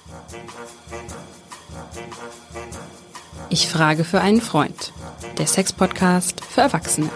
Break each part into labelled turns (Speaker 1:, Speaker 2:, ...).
Speaker 1: Ich frage für einen Freund. Der Sex-Podcast für Erwachsene.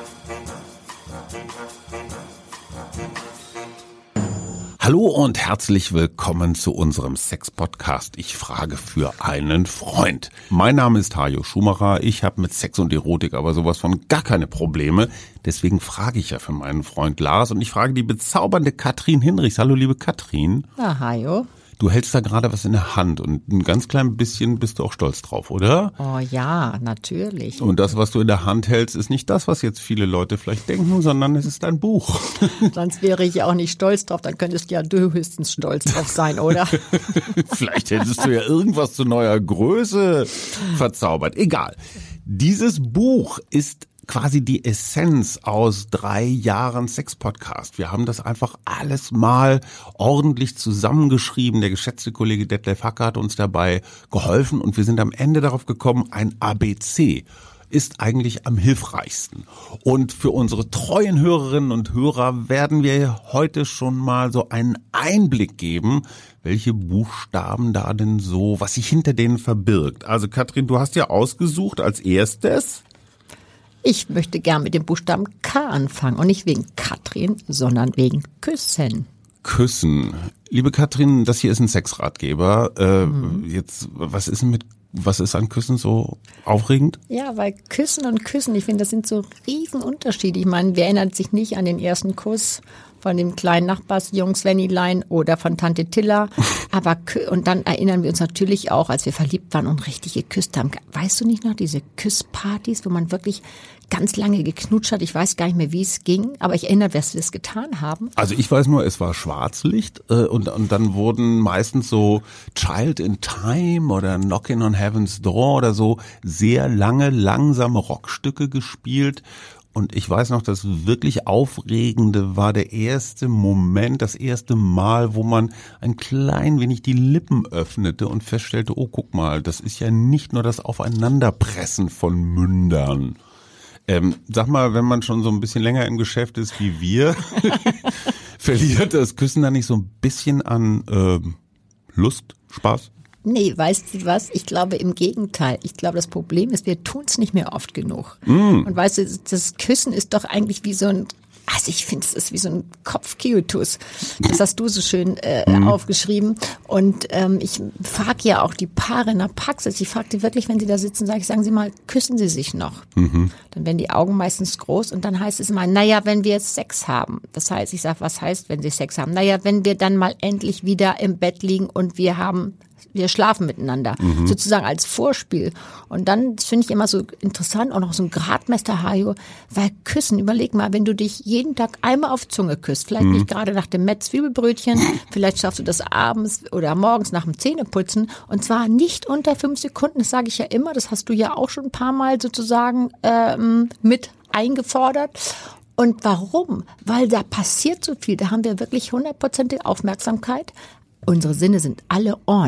Speaker 2: Hallo und herzlich willkommen zu unserem Sex-Podcast. Ich frage für einen Freund. Mein Name ist Hajo Schumacher. Ich habe mit Sex und Erotik aber sowas von gar keine Probleme. Deswegen frage ich ja für meinen Freund Lars und ich frage die bezaubernde Katrin Hinrichs. Hallo liebe Katrin.
Speaker 3: Na, Hajo.
Speaker 2: Du hältst da gerade was in der Hand und ein ganz klein bisschen bist du auch stolz drauf, oder?
Speaker 3: Oh ja, natürlich.
Speaker 2: Und das, was du in der Hand hältst, ist nicht das, was jetzt viele Leute vielleicht denken, sondern es ist ein Buch.
Speaker 3: Sonst wäre ich ja auch nicht stolz drauf, dann könntest ja du höchstens stolz drauf sein, oder?
Speaker 2: Vielleicht hättest du ja irgendwas zu neuer Größe verzaubert. Egal. Dieses Buch ist quasi die Essenz aus 3 Jahren Sex-Podcast. Wir haben das einfach alles mal ordentlich zusammengeschrieben. Der geschätzte Kollege Detlef Hacke hat uns dabei geholfen und wir sind am Ende darauf gekommen, ein ABC ist eigentlich am hilfreichsten. Und für unsere treuen Hörerinnen und Hörer werden wir heute schon mal so einen Einblick geben, welche Buchstaben da denn so, was sich hinter denen verbirgt. Also Katrin, du hast ja ausgesucht als erstes.
Speaker 3: Ich möchte gern mit dem Buchstaben K anfangen und nicht wegen Katrin, sondern wegen Küssen.
Speaker 2: Küssen. Liebe Katrin, das hier ist ein Sexratgeber. Jetzt, was ist an Küssen so aufregend?
Speaker 3: Ja, weil Küssen und Küssen, ich finde, das sind so Riesenunterschiede. Ich meine, wer erinnert sich nicht an den ersten Kuss von dem kleinen Nachbarsjungen Svenilein oder von Tante Tilla. Und dann erinnern wir uns natürlich auch, als wir verliebt waren und richtig geküsst haben. Weißt du nicht noch, diese Küsspartys, wo man wirklich ganz lange geknutscht hat? Ich weiß gar nicht mehr, wie es ging, aber ich erinnere, dass wir es getan haben.
Speaker 2: Also ich weiß nur, es war Schwarzlicht und dann wurden meistens so Child in Time oder Knockin' on Heaven's Door oder so sehr lange, langsame Rockstücke gespielt. Und ich weiß noch, das wirklich Aufregende war der erste Moment, das erste Mal, wo man ein klein wenig die Lippen öffnete und feststellte, oh, guck mal, das ist ja nicht nur das Aufeinanderpressen von Mündern. Sag mal, wenn man schon so ein bisschen länger im Geschäft ist wie wir, verliert das Küssen da nicht so ein bisschen an Lust, Spaß?
Speaker 3: Nee, weißt du was? Ich glaube im Gegenteil. Ich glaube, das Problem ist, wir tun es nicht mehr oft genug. Und weißt du, das Küssen ist doch eigentlich wie so ein, also ich finde, es ist wie so ein Kopfkiutus. Das hast du so schön aufgeschrieben. Und ich frage ja auch die Paare in der Praxis. Ich frage die wirklich, wenn sie da sitzen, sagen Sie mal, küssen Sie sich noch? Dann werden die Augen meistens groß und dann heißt es mal, naja, wenn wir jetzt Sex haben. Das heißt, ich sage, was heißt, wenn Sie Sex haben? Naja, wenn wir dann mal endlich wieder im Bett liegen und wir schlafen miteinander, sozusagen als Vorspiel. Und dann finde ich immer so interessant, auch noch so ein Gradmesser, Hajo, weil Küssen, überleg mal, wenn du dich jeden Tag einmal auf Zunge küsst, vielleicht nicht gerade nach dem Zwiebelbrötchen, vielleicht schaffst du das abends oder morgens nach dem Zähneputzen und zwar nicht unter 5 Sekunden, das sage ich ja immer, das hast du ja auch schon ein paar Mal sozusagen mit eingefordert. Und warum? Weil da passiert so viel, da haben wir wirklich 100% Aufmerksamkeit. Unsere Sinne sind alle on.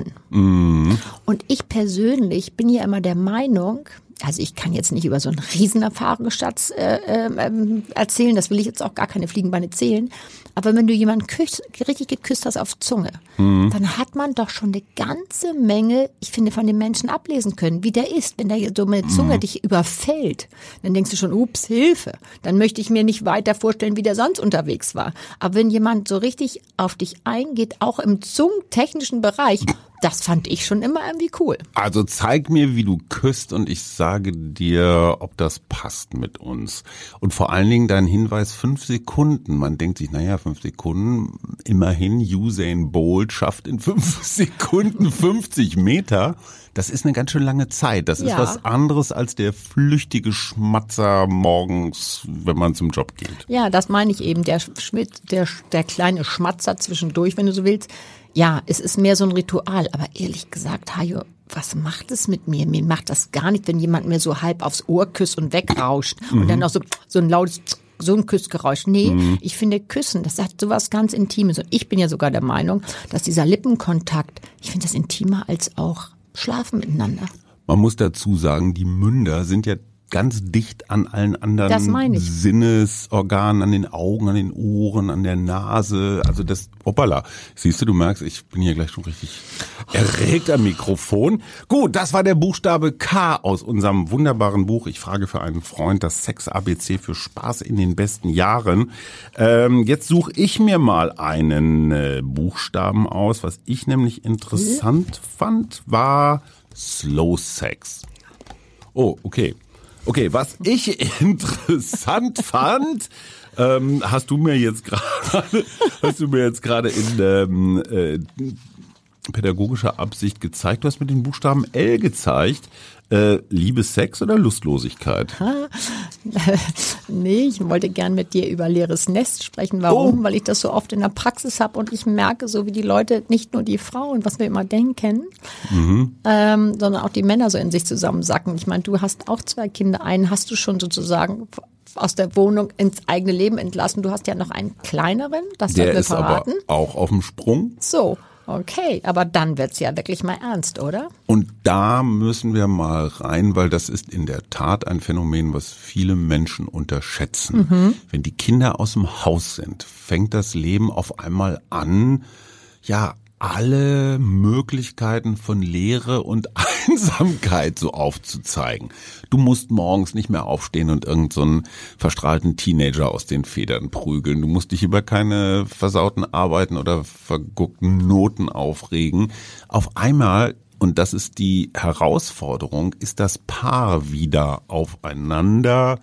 Speaker 3: Und ich persönlich bin ja immer der Meinung, also ich kann jetzt nicht über so einen riesen Erfahrungsschatz erzählen, das will ich jetzt auch gar keine Fliegenbeine zählen, aber wenn du jemanden richtig geküsst hast auf Zunge, dann hat man doch schon eine ganze Menge, ich finde, von dem Menschen ablesen können, wie der ist. Wenn der so mit der Zunge dich überfällt, dann denkst du schon, ups, Hilfe. Dann möchte ich mir nicht weiter vorstellen, wie der sonst unterwegs war. Aber wenn jemand so richtig auf dich eingeht, auch im zungentechnischen Bereich, das fand ich schon immer irgendwie cool.
Speaker 2: Also zeig mir, wie du küsst und ich sage dir, ob das passt mit uns. Und vor allen Dingen dein Hinweis 5 Sekunden. Man denkt sich, naja, 5 Sekunden, immerhin Usain Bolt schafft in 5 Sekunden 50 Meter. Das ist eine ganz schön lange Zeit. Das ist was anderes als der flüchtige Schmatzer morgens, wenn man zum Job geht.
Speaker 3: Ja, das meine ich eben. Der kleine Schmatzer zwischendurch, wenn du so willst. Ja, es ist mehr so ein Ritual. Aber ehrlich gesagt, Hajo, was macht es mit mir? Mir macht das gar nicht, wenn jemand mir so halb aufs Ohr küsst und wegrauscht. Und dann noch so ein lautes, so ein Küssgeräusch. Nee, ich finde Küssen, das hat sowas ganz Intimes. Und ich bin ja sogar der Meinung, dass dieser Lippenkontakt, ich finde das intimer als auch Schlafen miteinander.
Speaker 2: Man muss dazu sagen, die Münder sind ja ganz dicht an allen anderen Sinnesorganen, an den Augen, an den Ohren, an der Nase. Also das, hoppala. Siehst du, du merkst, ich bin hier gleich schon richtig erregt am Mikrofon. Gut, das war der Buchstabe K aus unserem wunderbaren Buch. Ich frage für einen Freund, das Sex-ABC für Spaß in den besten Jahren. Jetzt suche ich mir mal einen Buchstaben aus. Was ich nämlich interessant fand, war Slow Sex. Oh, okay. Okay, was ich interessant fand, hast du mir jetzt gerade in pädagogischer Absicht gezeigt. Du hast mit den Buchstaben L gezeigt. Liebe, Sex oder Lustlosigkeit?
Speaker 3: Nee, ich wollte gern mit dir über leeres Nest sprechen. Warum? Weil ich das so oft in der Praxis habe und ich merke, so wie die Leute, nicht nur die Frauen, was wir immer denken, sondern auch die Männer so in sich zusammensacken. Ich meine, du hast auch 2 Kinder. Einen hast du schon sozusagen aus der Wohnung ins eigene Leben entlassen. Du hast ja noch einen kleineren, das sollten wir verraten.
Speaker 2: Der ist aber auch auf dem Sprung.
Speaker 3: So. Okay, aber dann wird's ja wirklich mal ernst, oder?
Speaker 2: Und da müssen wir mal rein, weil das ist in der Tat ein Phänomen, was viele Menschen unterschätzen. Wenn die Kinder aus dem Haus sind, fängt das Leben auf einmal an, ja, alle Möglichkeiten von Leere und Einsamkeit so aufzuzeigen. Du musst morgens nicht mehr aufstehen und irgend so einen verstrahlten Teenager aus den Federn prügeln. Du musst dich über keine versauten Arbeiten oder verguckten Noten aufregen. Auf einmal, und das ist die Herausforderung, ist das Paar wieder aufeinander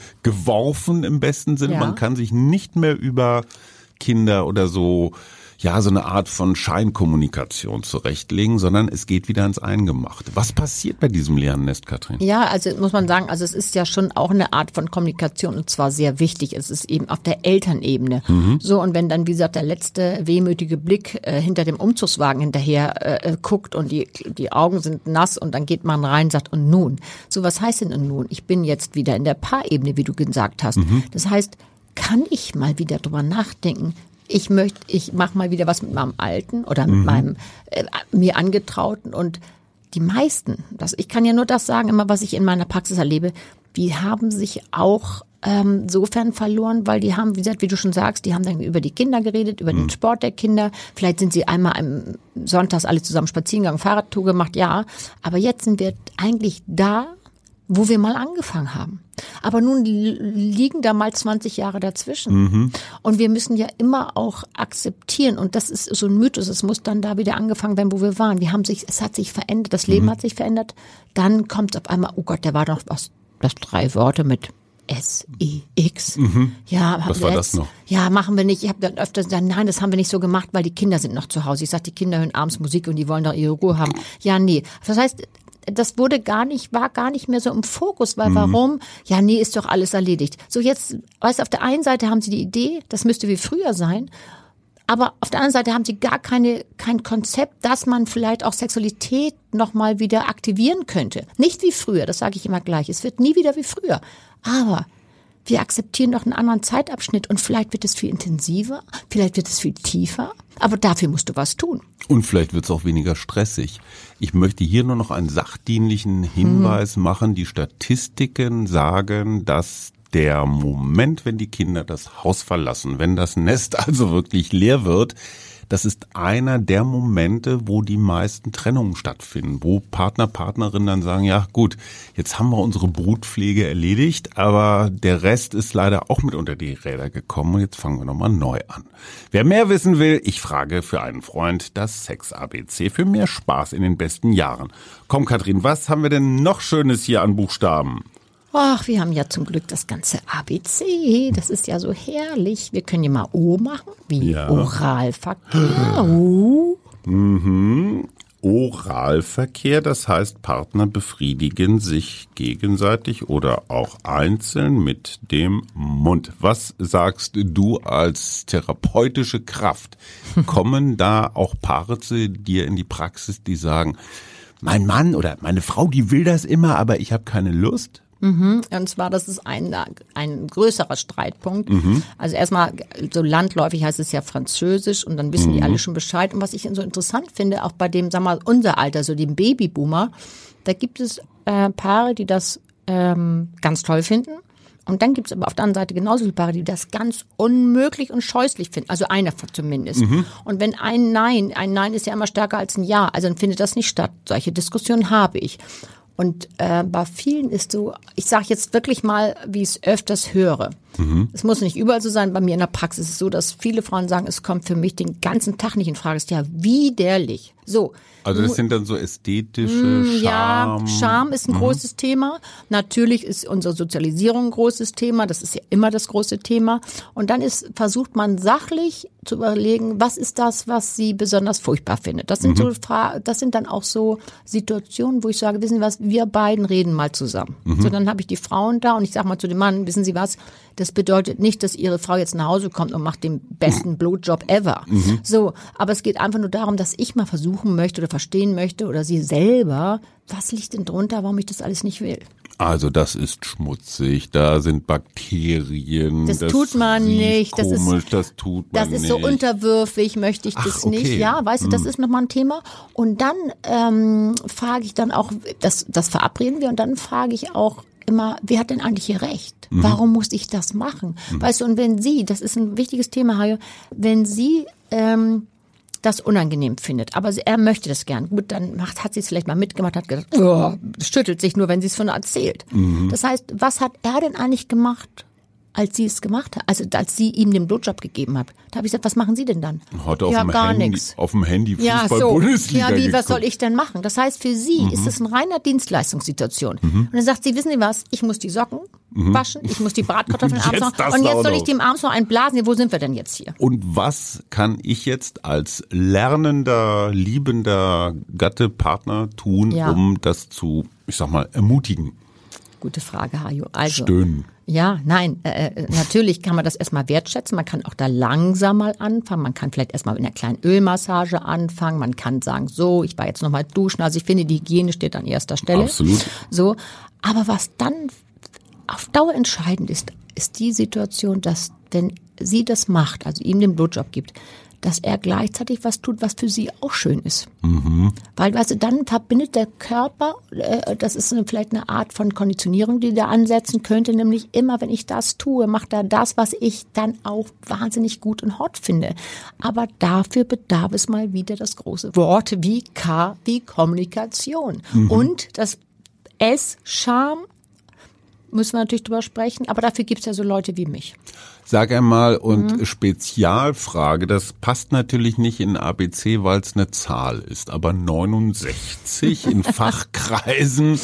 Speaker 2: geworfen im besten Sinne.
Speaker 3: Ja.
Speaker 2: Man kann sich nicht mehr über Kinder oder so eine Art von Scheinkommunikation zurechtlegen, sondern es geht wieder ins Eingemachte. Was passiert bei diesem leeren Nest, Katrin?
Speaker 3: Ja, also muss man sagen, also es ist ja schon auch eine Art von Kommunikation und zwar sehr wichtig. Es ist eben auf der Elternebene. So, und wenn dann, wie gesagt, der letzte wehmütige Blick hinter dem Umzugswagen hinterher guckt und die Augen sind nass und dann geht man rein und sagt, und nun? So, was heißt denn und nun? Ich bin jetzt wieder in der Paarebene, wie du gesagt hast. Das heißt, kann ich mal wieder drüber nachdenken, ich mache mal wieder was mit meinem Alten oder mit meinem mir Angetrauten und die meisten, ich kann ja nur das sagen, immer was ich in meiner Praxis erlebe, die haben sich auch sofern verloren, weil die haben, wie gesagt, wie du schon sagst, die haben dann über die Kinder geredet, über den Sport der Kinder. Vielleicht sind sie einmal am Sonntags alle zusammen spazieren gegangen, Fahrradtour gemacht, ja. Aber jetzt sind wir eigentlich da, wo wir mal angefangen haben. Aber nun liegen da mal 20 Jahre dazwischen. Und wir müssen ja immer auch akzeptieren, und das ist so ein Mythos, es muss dann da wieder angefangen werden, wo wir waren. Es hat sich verändert, das Leben hat sich verändert. Dann kommt auf einmal, oh Gott, da war doch das 3 Worte mit S-E-X. Ja,
Speaker 2: was war das noch?
Speaker 3: Ja, machen wir nicht. Ich habe dann öfter gesagt, nein, das haben wir nicht so gemacht, weil die Kinder sind noch zu Hause. Ich sage, die Kinder hören abends Musik und die wollen doch ihre Ruhe haben. Ja, nee. Das heißt, das war gar nicht mehr so im Fokus, weil warum? Ja, nee, ist doch alles erledigt. So jetzt, weißt du, auf der einen Seite haben sie die Idee, das müsste wie früher sein, aber auf der anderen Seite haben sie gar kein Konzept, dass man vielleicht auch Sexualität nochmal wieder aktivieren könnte. Nicht wie früher, das sage ich immer gleich, es wird nie wieder wie früher, aber wir akzeptieren doch einen anderen Zeitabschnitt und vielleicht wird es viel intensiver, vielleicht wird es viel tiefer, aber dafür musst du was tun.
Speaker 2: Und vielleicht wird es auch weniger stressig. Ich möchte hier nur noch einen sachdienlichen Hinweis machen. Die Statistiken sagen, dass der Moment, wenn die Kinder das Haus verlassen, wenn das Nest also wirklich leer wird, das ist einer der Momente, wo die meisten Trennungen stattfinden, wo Partner, Partnerinnen dann sagen, ja gut, jetzt haben wir unsere Brutpflege erledigt, aber der Rest ist leider auch mit unter die Räder gekommen und jetzt fangen wir nochmal neu an. Wer mehr wissen will, ich frage für einen Freund das Sex-ABC für mehr Spaß in den besten Jahren. Komm Katrin, was haben wir denn noch Schönes hier an Buchstaben?
Speaker 3: Ach, wir haben ja zum Glück das ganze ABC. Das ist ja so herrlich. Wir können ja mal O machen, wie Oralverkehr.
Speaker 2: Oralverkehr, das heißt, Partner befriedigen sich gegenseitig oder auch einzeln mit dem Mund. Was sagst du als therapeutische Kraft? Kommen da auch Paare zu dir in die Praxis, die sagen, mein Mann oder meine Frau, die will das immer, aber ich habe keine Lust?
Speaker 3: Und zwar, das ist ein größerer Streitpunkt. Also erstmal, so landläufig heißt es ja Französisch und dann wissen die alle schon Bescheid. Und was ich so interessant finde, auch bei dem, sagen wir mal, unser Alter, so dem Babyboomer, da gibt es Paare, die das ganz toll finden. Und dann gibt es aber auf der anderen Seite genauso viele Paare, die das ganz unmöglich und scheußlich finden. Also einer zumindest. Und wenn ein Nein ist ja immer stärker als ein Ja, also dann findet das nicht statt. Solche Diskussionen habe ich. Und bei vielen ist so, ich sage jetzt wirklich mal, wie ich es öfters höre. Es muss nicht überall so sein. Bei mir in der Praxis ist es so, dass viele Frauen sagen, es kommt für mich den ganzen Tag nicht in Frage. Es ist ja widerlich. So.
Speaker 2: Also das sind dann so ästhetische Scham.
Speaker 3: Ja, Scham ist ein großes Thema. Natürlich ist unsere Sozialisierung ein großes Thema. Das ist ja immer das große Thema. Und dann versucht man sachlich zu überlegen, was ist das, was sie besonders furchtbar findet. Das sind das sind dann auch so Situationen, wo ich sage, wissen Sie was, wir beiden reden mal zusammen. So, dann habe ich die Frauen da und ich sage mal zu dem Mann, wissen Sie was, das bedeutet nicht, dass Ihre Frau jetzt nach Hause kommt und macht den besten Blowjob ever. So, aber es geht einfach nur darum, dass ich mal versuchen möchte oder verstehen möchte oder sie selber, was liegt denn drunter, warum ich das alles nicht will.
Speaker 2: Also das ist schmutzig, da sind Bakterien.
Speaker 3: Das tut man nicht.
Speaker 2: Komisch, das tut man nicht.
Speaker 3: Das ist so unterwürfig, möchte ich das nicht. Ja, weißt du, das ist nochmal ein Thema. Und dann frage ich dann auch, das verabreden wir und dann frage ich auch immer, wer hat denn eigentlich hier recht? Warum muss ich das machen? Weißt du, und wenn Sie, das ist ein wichtiges Thema, Hajo, wenn Sie das unangenehm findet, aber er möchte das gern. Gut, dann hat sie es vielleicht mal mitgemacht, hat gedacht, schüttelt sich nur, wenn sie es von erzählt. Das heißt, was hat er denn eigentlich gemacht, als sie es gemacht hat, also als sie ihm den Blowjob gegeben hat? Da habe ich gesagt, was machen Sie denn dann?
Speaker 2: Hat auf dem Handy Fußball-Bundesliga
Speaker 3: was soll ich denn machen? Das heißt, für sie ist es eine reine Dienstleistungssituation. Und dann sagt sie, wissen Sie was, ich muss die Socken waschen, ich muss die Bratkartoffeln abends noch, und jetzt soll ich dem abends noch einen blasen. Wo sind wir denn jetzt hier?
Speaker 2: Und was kann ich jetzt als lernender, liebender Gatte, Partner tun, um das zu, ich sag mal, ermutigen?
Speaker 3: Gute Frage, Hajo. Also,
Speaker 2: Stöhnen.
Speaker 3: Ja, nein, natürlich kann man das erstmal wertschätzen. Man kann auch da langsam mal anfangen. Man kann vielleicht erstmal mit einer kleinen Ölmassage anfangen. Man kann sagen, so, ich war jetzt nochmal duschen. Also ich finde, die Hygiene steht an erster Stelle.
Speaker 2: Absolut.
Speaker 3: So, aber was dann auf Dauer entscheidend ist die Situation, dass wenn sie das macht, also ihm den Blowjob gibt, dass er gleichzeitig was tut, was für sie auch schön ist. Weil, weißt du, dann verbindet der Körper, das ist vielleicht eine Art von Konditionierung, die der ansetzen könnte, nämlich immer, wenn ich das tue, macht er das, was ich dann auch wahnsinnig gut und hot finde. Aber dafür bedarf es mal wieder das große Wort wie K, wie Kommunikation. Und das S, Scham, müssen wir natürlich drüber sprechen, aber dafür gibt es ja so Leute wie mich.
Speaker 2: Sag einmal, und Spezialfrage, das passt natürlich nicht in ABC, weil es eine Zahl ist, aber 69 in Fachkreisen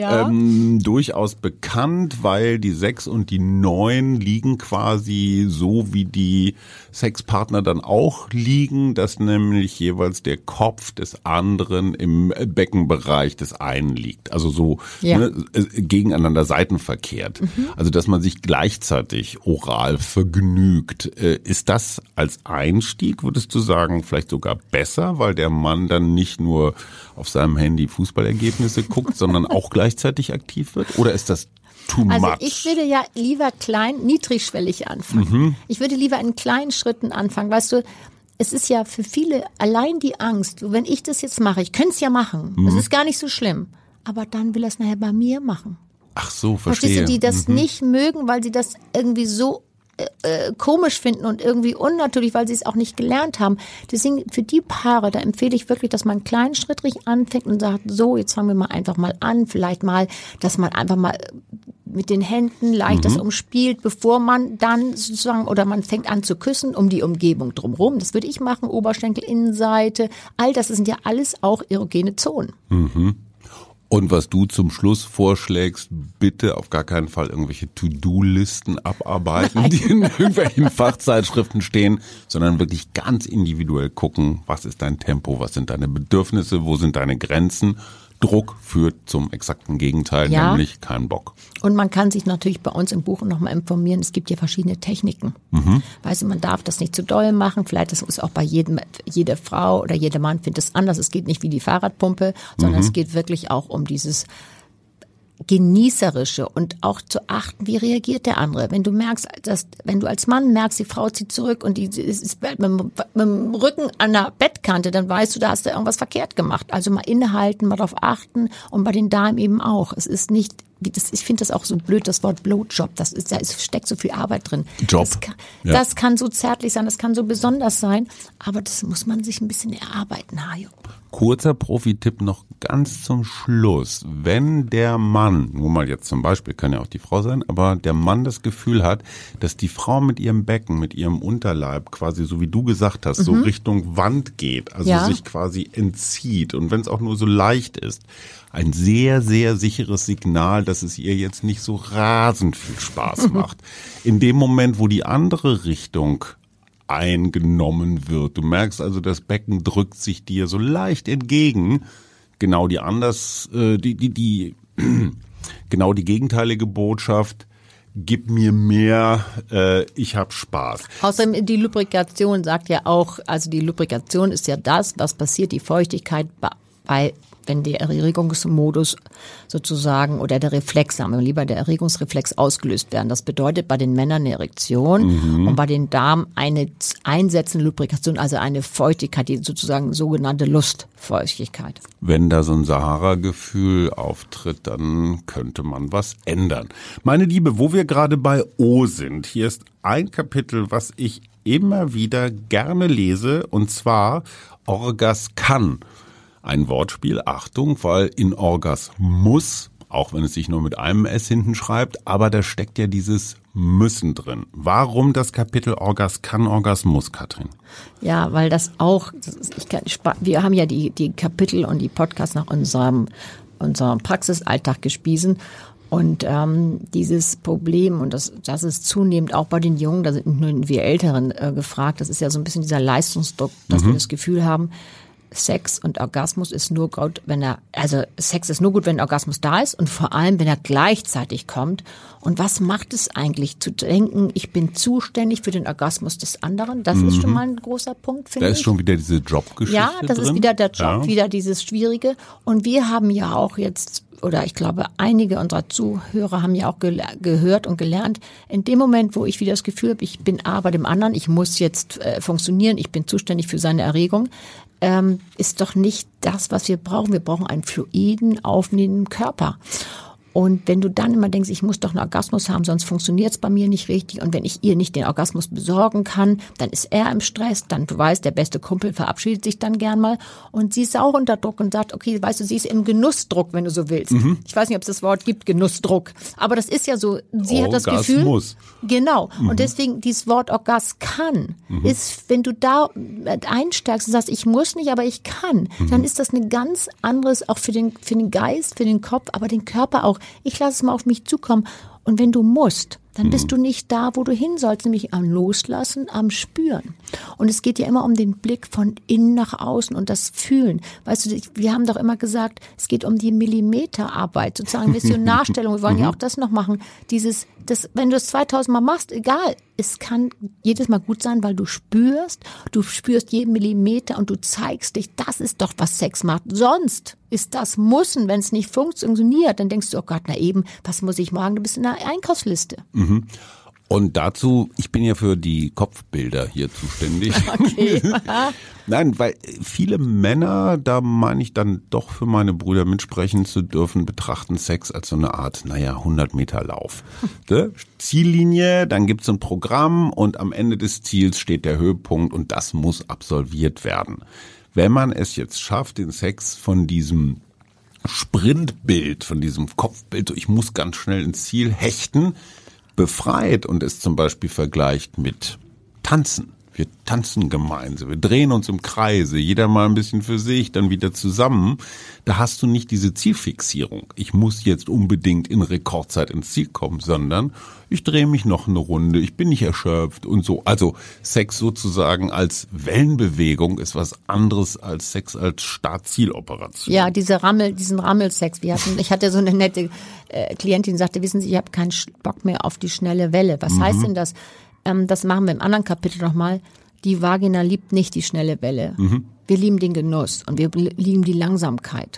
Speaker 2: durchaus bekannt, weil die 6 und die 9 liegen quasi so, wie die Sexpartner dann auch liegen, dass nämlich jeweils der Kopf des anderen im Beckenbereich des einen liegt. Also so gegeneinander seitenverkehrt. Also dass man sich gleichzeitig oral vergnügt. Ist das als Einstieg, würdest du sagen, vielleicht sogar besser, weil der Mann dann nicht nur auf seinem Handy Fußballergebnisse guckt, sondern auch gleichzeitig aktiv wird? Oder ist das too much?
Speaker 3: Also ich würde ja lieber niedrigschwellig anfangen. Ich würde lieber in kleinen Schritten anfangen. Weißt du, es ist ja für viele allein die Angst, wenn ich das jetzt mache, ich könnte es ja machen, das ist gar nicht so schlimm, aber dann will er es nachher bei mir machen.
Speaker 2: Ach so, verstehe.
Speaker 3: Verstehst du, die das nicht mögen, weil sie das irgendwie so komisch finden und irgendwie unnatürlich, weil sie es auch nicht gelernt haben. Deswegen für die Paare, da empfehle ich wirklich, dass man einen kleinen Schritt anfängt und sagt, so, jetzt fangen wir mal einfach mal an, vielleicht mal, dass man einfach mal mit den Händen leicht das umspielt, bevor man dann sozusagen, oder man fängt an zu küssen um die Umgebung drumherum. Das würde ich machen, Oberschenkel, Innenseite, all das sind ja alles auch erogene Zonen.
Speaker 2: Und was du zum Schluss vorschlägst, bitte auf gar keinen Fall irgendwelche To-Do-Listen abarbeiten, die in irgendwelchen Fachzeitschriften stehen, sondern wirklich ganz individuell gucken, was ist dein Tempo, was sind deine Bedürfnisse, wo sind deine Grenzen. Druck führt zum exakten Gegenteil, nämlich keinen Bock.
Speaker 3: Und man kann sich natürlich bei uns im Buch nochmal informieren. Es gibt ja verschiedene Techniken. Weißt du, man darf das nicht zu doll machen. Vielleicht das ist auch bei jede Frau oder jeder Mann findet es anders. Es geht nicht wie die Fahrradpumpe, sondern es geht wirklich auch um dieses Genießerische und auch zu achten, wie reagiert der andere. Wenn du merkst, wenn du als Mann merkst, die Frau zieht zurück und die ist mit dem Rücken an der Bettkante, dann weißt du, da hast du irgendwas verkehrt gemacht. Also mal innehalten, mal drauf achten und bei den Damen eben auch. Es ist nicht ich finde das auch so blöd, das Wort Blowjob, da steckt so viel Arbeit drin.
Speaker 2: Job.
Speaker 3: Das kann so zärtlich sein, das kann so besonders sein, aber das muss man sich ein bisschen erarbeiten, Hajo.
Speaker 2: Kurzer Profi-Tipp noch ganz zum Schluss. Wenn der Mann, nur mal jetzt zum Beispiel, kann ja auch die Frau sein, aber der Mann das Gefühl hat, dass die Frau mit ihrem Becken, mit ihrem Unterleib quasi, so wie du gesagt hast, so Richtung Wand geht, also sich quasi entzieht und wenn es auch nur so leicht ist, ein sehr, sehr sicheres Signal, dass es ihr jetzt nicht so rasend viel Spaß macht. In dem Moment, wo die andere Richtung eingenommen wird. Du merkst also, das Becken drückt sich dir so leicht entgegen. Genau die genau die gegenteilige Botschaft. Gib mir mehr, ich hab Spaß.
Speaker 3: Außerdem die Lubrikation sagt ja auch, also die Lubrikation ist ja das, was passiert, die Feuchtigkeit wenn der Erregungsmodus sozusagen oder der Reflex, sagen wir lieber der Erregungsreflex ausgelöst werden. Das bedeutet bei den Männern eine Erektion und bei den Damen eine einsetzende Lubrikation, also eine Feuchtigkeit, die sozusagen sogenannte Lustfeuchtigkeit.
Speaker 2: Wenn da so ein Sahara-Gefühl auftritt, dann könnte man was ändern. Meine Liebe, wo wir gerade bei O sind, hier ist ein Kapitel, was ich immer wieder gerne lese, und zwar Orgas kann. Ein Wortspiel, Achtung, weil in Orgasmus, auch wenn es sich nur mit einem S hinten schreibt, aber da steckt ja dieses Müssen drin. Warum das Kapitel Orgas kann, Orgasmus, Katrin?
Speaker 3: Ja, weil das auch, wir haben ja die Kapitel und die Podcasts nach unserem Praxisalltag gespiesen. Und dieses Problem, und das ist zunehmend auch bei den Jungen, da sind nur wir Älteren gefragt, das ist ja so ein bisschen dieser Leistungsdruck, dass wir das Gefühl haben, Sex und Orgasmus ist nur gut, Sex ist nur gut, wenn Orgasmus da ist und vor allem, wenn er gleichzeitig kommt. Und was macht es eigentlich, zu denken, ich bin zuständig für den Orgasmus des anderen? Das ist schon mal ein großer Punkt, finde ich.
Speaker 2: Da ist schon wieder diese Jobgeschichte
Speaker 3: Ja, das
Speaker 2: drin.
Speaker 3: Ist wieder der Job, wieder dieses Schwierige. Und wir haben ja auch jetzt, oder ich glaube, einige unserer Zuhörer haben ja auch gehört und gelernt, in dem Moment, wo ich wieder das Gefühl habe, ich bin bei dem anderen, ich muss jetzt funktionieren, ich bin zuständig für seine Erregung, ist doch nicht das, was wir brauchen. Wir brauchen einen fluiden, aufnehmenden Körper. Und wenn du dann immer denkst, ich muss doch einen Orgasmus haben, sonst funktioniert es bei mir nicht richtig. Und wenn ich ihr nicht den Orgasmus besorgen kann, dann ist er im Stress. Dann, du weißt, der beste Kumpel verabschiedet sich dann gern mal. Und sie ist auch unter Druck und sagt, okay, weißt du, sie ist im Genussdruck, wenn du so willst. Ich weiß nicht, ob es das Wort gibt, Genussdruck. Aber das ist ja so, sie hat das Gefühl. Genau. Und deswegen, dieses Wort Orgas kann, ist, wenn du da einsteigst und sagst, ich muss nicht, aber ich kann, dann ist das eine ganz anderes, auch für den Geist, für den Kopf, aber den Körper auch. Ich lasse es mal auf mich zukommen. Und wenn du musst, dann bist du nicht da, wo du hin sollst, nämlich am Loslassen, am Spüren. Und es geht ja immer um den Blick von innen nach außen und das Fühlen. Weißt du, wir haben doch immer gesagt, es geht um die Millimeterarbeit, sozusagen Missionarstellung. Wir wollen ja auch das noch machen. Wenn du es 2000 Mal machst, egal. Es kann jedes Mal gut sein, weil du spürst jeden Millimeter und du zeigst dich, das ist doch, was Sex macht. Sonst ist das Müssen, wenn es nicht funktioniert, dann denkst du, oh Gott, na eben, was muss ich morgen? Du bist in der Einkaufsliste.
Speaker 2: Und dazu, ich bin ja für die Kopfbilder hier zuständig. Okay. Nein, weil viele Männer, da meine ich dann doch für meine Brüder mitsprechen zu dürfen, betrachten Sex als so eine Art, 100 Meter Lauf. Ziellinie, dann gibt's ein Programm und am Ende des Ziels steht der Höhepunkt und das muss absolviert werden. Wenn man es jetzt schafft, den Sex von diesem Sprintbild, von diesem Kopfbild, ich muss ganz schnell ins Ziel hechten, befreit und es zum Beispiel vergleicht mit Tanzen. Wir tanzen gemeinsam, wir drehen uns im Kreise, jeder mal ein bisschen für sich, dann wieder zusammen. Da hast du nicht diese Zielfixierung. Ich muss jetzt unbedingt in Rekordzeit ins Ziel kommen, sondern ich drehe mich noch eine Runde, ich bin nicht erschöpft und so. Also Sex sozusagen als Wellenbewegung ist was anderes als Sex als Start-Ziel-Operation.
Speaker 3: Ja, diesen Rammelsex. Ich hatte so eine nette Klientin, die sagte, wissen Sie, ich habe keinen Bock mehr auf die schnelle Welle. Was heißt denn das? Das machen wir im anderen Kapitel nochmal. Die Vagina liebt nicht die schnelle Welle. Wir lieben den Genuss und wir lieben die Langsamkeit.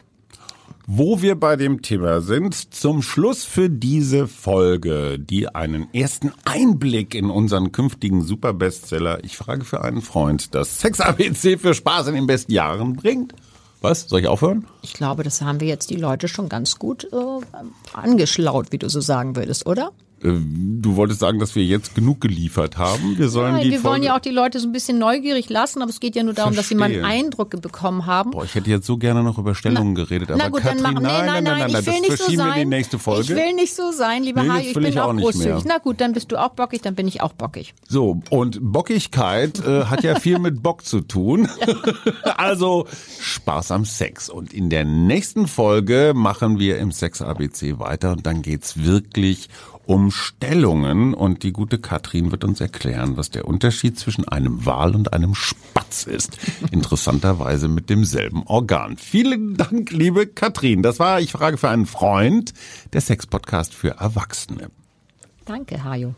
Speaker 2: Wo wir bei dem Thema sind, zum Schluss für diese Folge, die einen ersten Einblick in unseren künftigen Superbestseller, ich frage für einen Freund, das Sex ABC für Spaß in den besten Jahren bringt, Was? Soll ich aufhören?
Speaker 3: Ich glaube, das haben wir jetzt die Leute schon ganz gut angeschlaut, wie du so sagen würdest, oder?
Speaker 2: Du wolltest sagen, dass wir jetzt genug geliefert haben. Wir sollen
Speaker 3: Nein,
Speaker 2: die
Speaker 3: wir
Speaker 2: Folge...
Speaker 3: wollen ja auch die Leute so ein bisschen neugierig lassen, aber es geht ja nur darum, dass sie mal einen Eindruck bekommen haben.
Speaker 2: Boah, ich hätte jetzt so gerne noch über Stellungen geredet, aber
Speaker 3: na gut,
Speaker 2: Katrin,
Speaker 3: dann machen. Nein, ich will nicht so sein.
Speaker 2: Wir die nächste Folge.
Speaker 3: Ich will nicht so sein, lieber Hajo, ich bin auch großzügig. Na gut, dann bist du auch bockig, dann bin ich auch bockig.
Speaker 2: So, und Bockigkeit hat ja viel mit Bock zu tun. Also Spaß am Sex. Und in der nächsten Folge machen wir im Sex ABC weiter und dann geht's wirklich um Stellungen und die gute Katrin wird uns erklären, was der Unterschied zwischen einem Wal und einem Spatz ist. Interessanterweise mit demselben Organ. Vielen Dank, liebe Katrin. Das war Ich frage für einen Freund, der Sex-Podcast für Erwachsene.
Speaker 3: Danke, Hajo.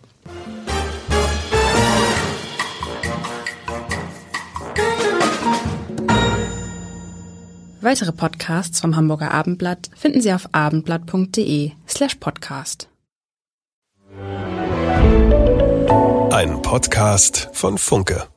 Speaker 1: Weitere Podcasts vom Hamburger Abendblatt finden Sie auf abendblatt.de/podcast.
Speaker 4: Ein Podcast von Funke.